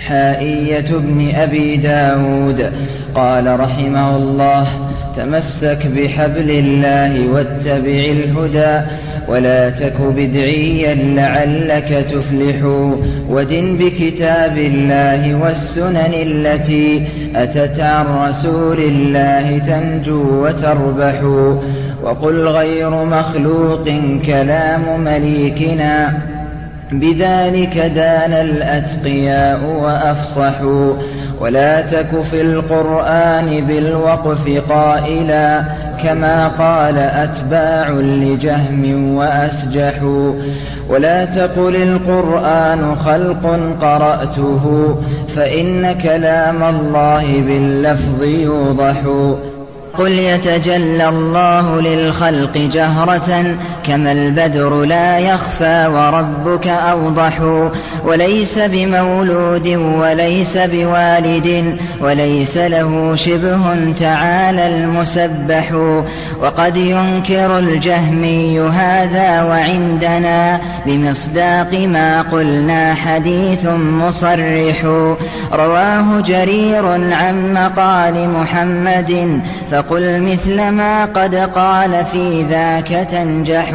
حائية بن أبي داود قال رحمه الله: تمسك بحبل الله واتبع الهدى ولا تك بدعيا لعلك تفلح، ودن بكتاب الله والسنن التي أتت عن رسول الله تنجو وتربح، وقل غير مخلوق كلام مليكنا بذلك دان الأتقياء وأفصحوا، ولا تك في القرآن بالوقف قائلا كما قال أتباع لجهم وأسجحوا، ولا تقل القرآن خلق قرأته فإن كلام الله باللفظ يوضح، قل يتجلى الله للخلق جهرة كما البدر لا يخفى وربك أوضح، وليس بمولود وليس بوالد وليس له شبه تعالى المسبح، وقد ينكر الجهمي هذا وعندنا بمصداق ما قلنا حديث مصرح، رواه جرير عن مقال محمد فقل مثل ما قد قال في ذاك تنجح،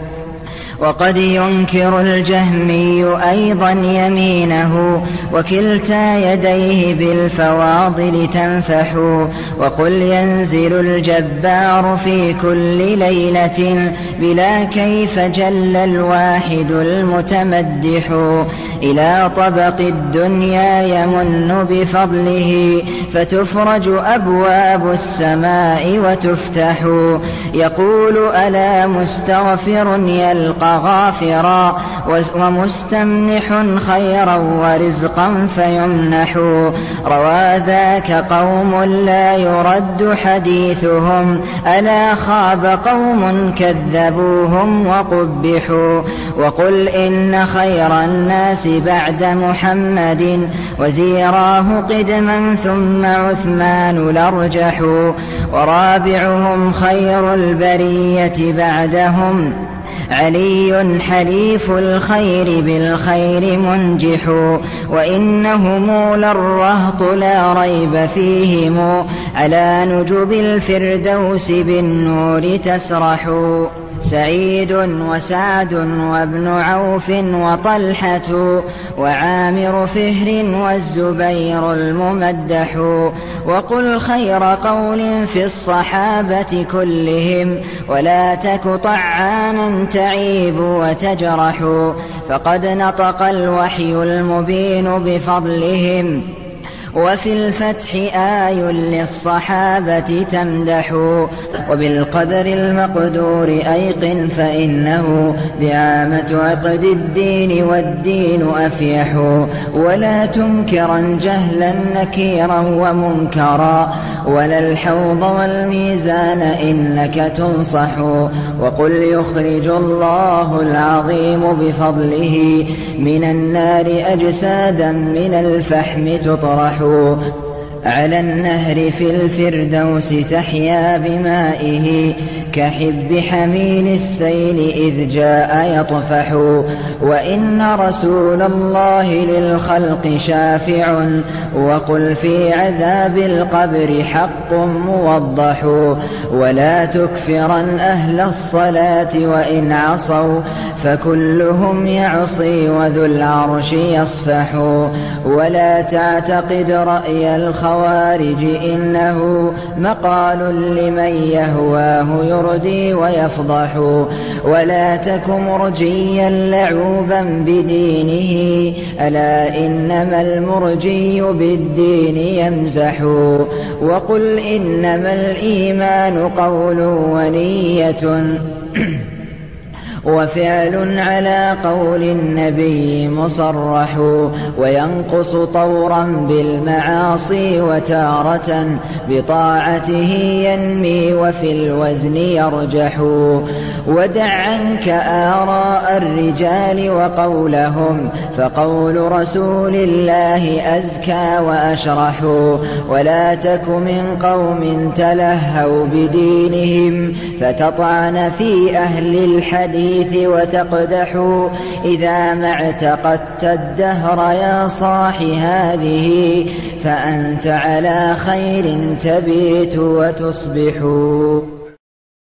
وقد ينكر الجهمي أيضا يمينه وكلتا يديه بالفواضل تنفح، وقل ينزل الجبار في كل ليلة بلا كيف جل الواحد المتمدح، إلى طبق الدنيا يمن بفضله فتفرج أبواب السماء وتفتح، يقول ألا مستغفر يلقى غافرا ومستمنح خيرا ورزقا فيمنح، روى ذاك قوم لا يرد حديثهم ألا خاب قوم كذبوهم وقبحوا، وقل إن خير الناس بعد محمد وزيراه قدما ثم عثمان الأرجح، ورابعهم خير البرية بعدهم علي حليف الخير بالخير منجح، وإنهم للرهط لا ريب فيهم على نجب الفردوس بالنور تسرح، سعيد وسعد وابن عوف وطلحة وعامر فهر والزبير الممدح، وقل خير قول في الصحابة كلهم ولا تك طعانا تعيب وتجرح، فقد نطق الوحي المبين بفضلهم وفي الفتح آي للصحابة تمدح، وبالقدر المقدور أيقن فإنه دعامة عقد الدين والدين أفيح، ولا تنكرا جهلا نكيرا ومنكرا ولا الحوض والميزان إنك تنصح، وقل يخرج الله العظيم بفضله من النار أجسادا من الفحم تطرح، على النهر في الفردوس تحيا بمائه كحب حميل السيل إذ جاء يطفح، وإن رسول الله للخلق شافع، وقل في عذاب القبر حق موضح، ولا تكفرا أهل الصلاة وإن عصوا فكلهم يعصي وذو العرش يصفح، ولا تعتقد رأي الخوارج إنه مقال لمن يهواه يردي ويفضح، ولا تك مرجيا لعوبا بدينه ألا إنما المرجي بالدين يمزح، وقل إنما الإيمان قول ونية وفعل على قول النبي مصرح، وينقص طورا بالمعاصي وتارة بطاعته ينمي وفي الوزن يرجح، ودع عنك آراء الرجال وقولهم فقول رسول الله أزكى وأشرح، ولا تك من قوم تلهوا بدينهم فتطعن في أهل الحديث الحديث وتقدح. إذا ما اعتقدت الدهر يا صاح هذه، فأنت على خير تبيت وتصبح.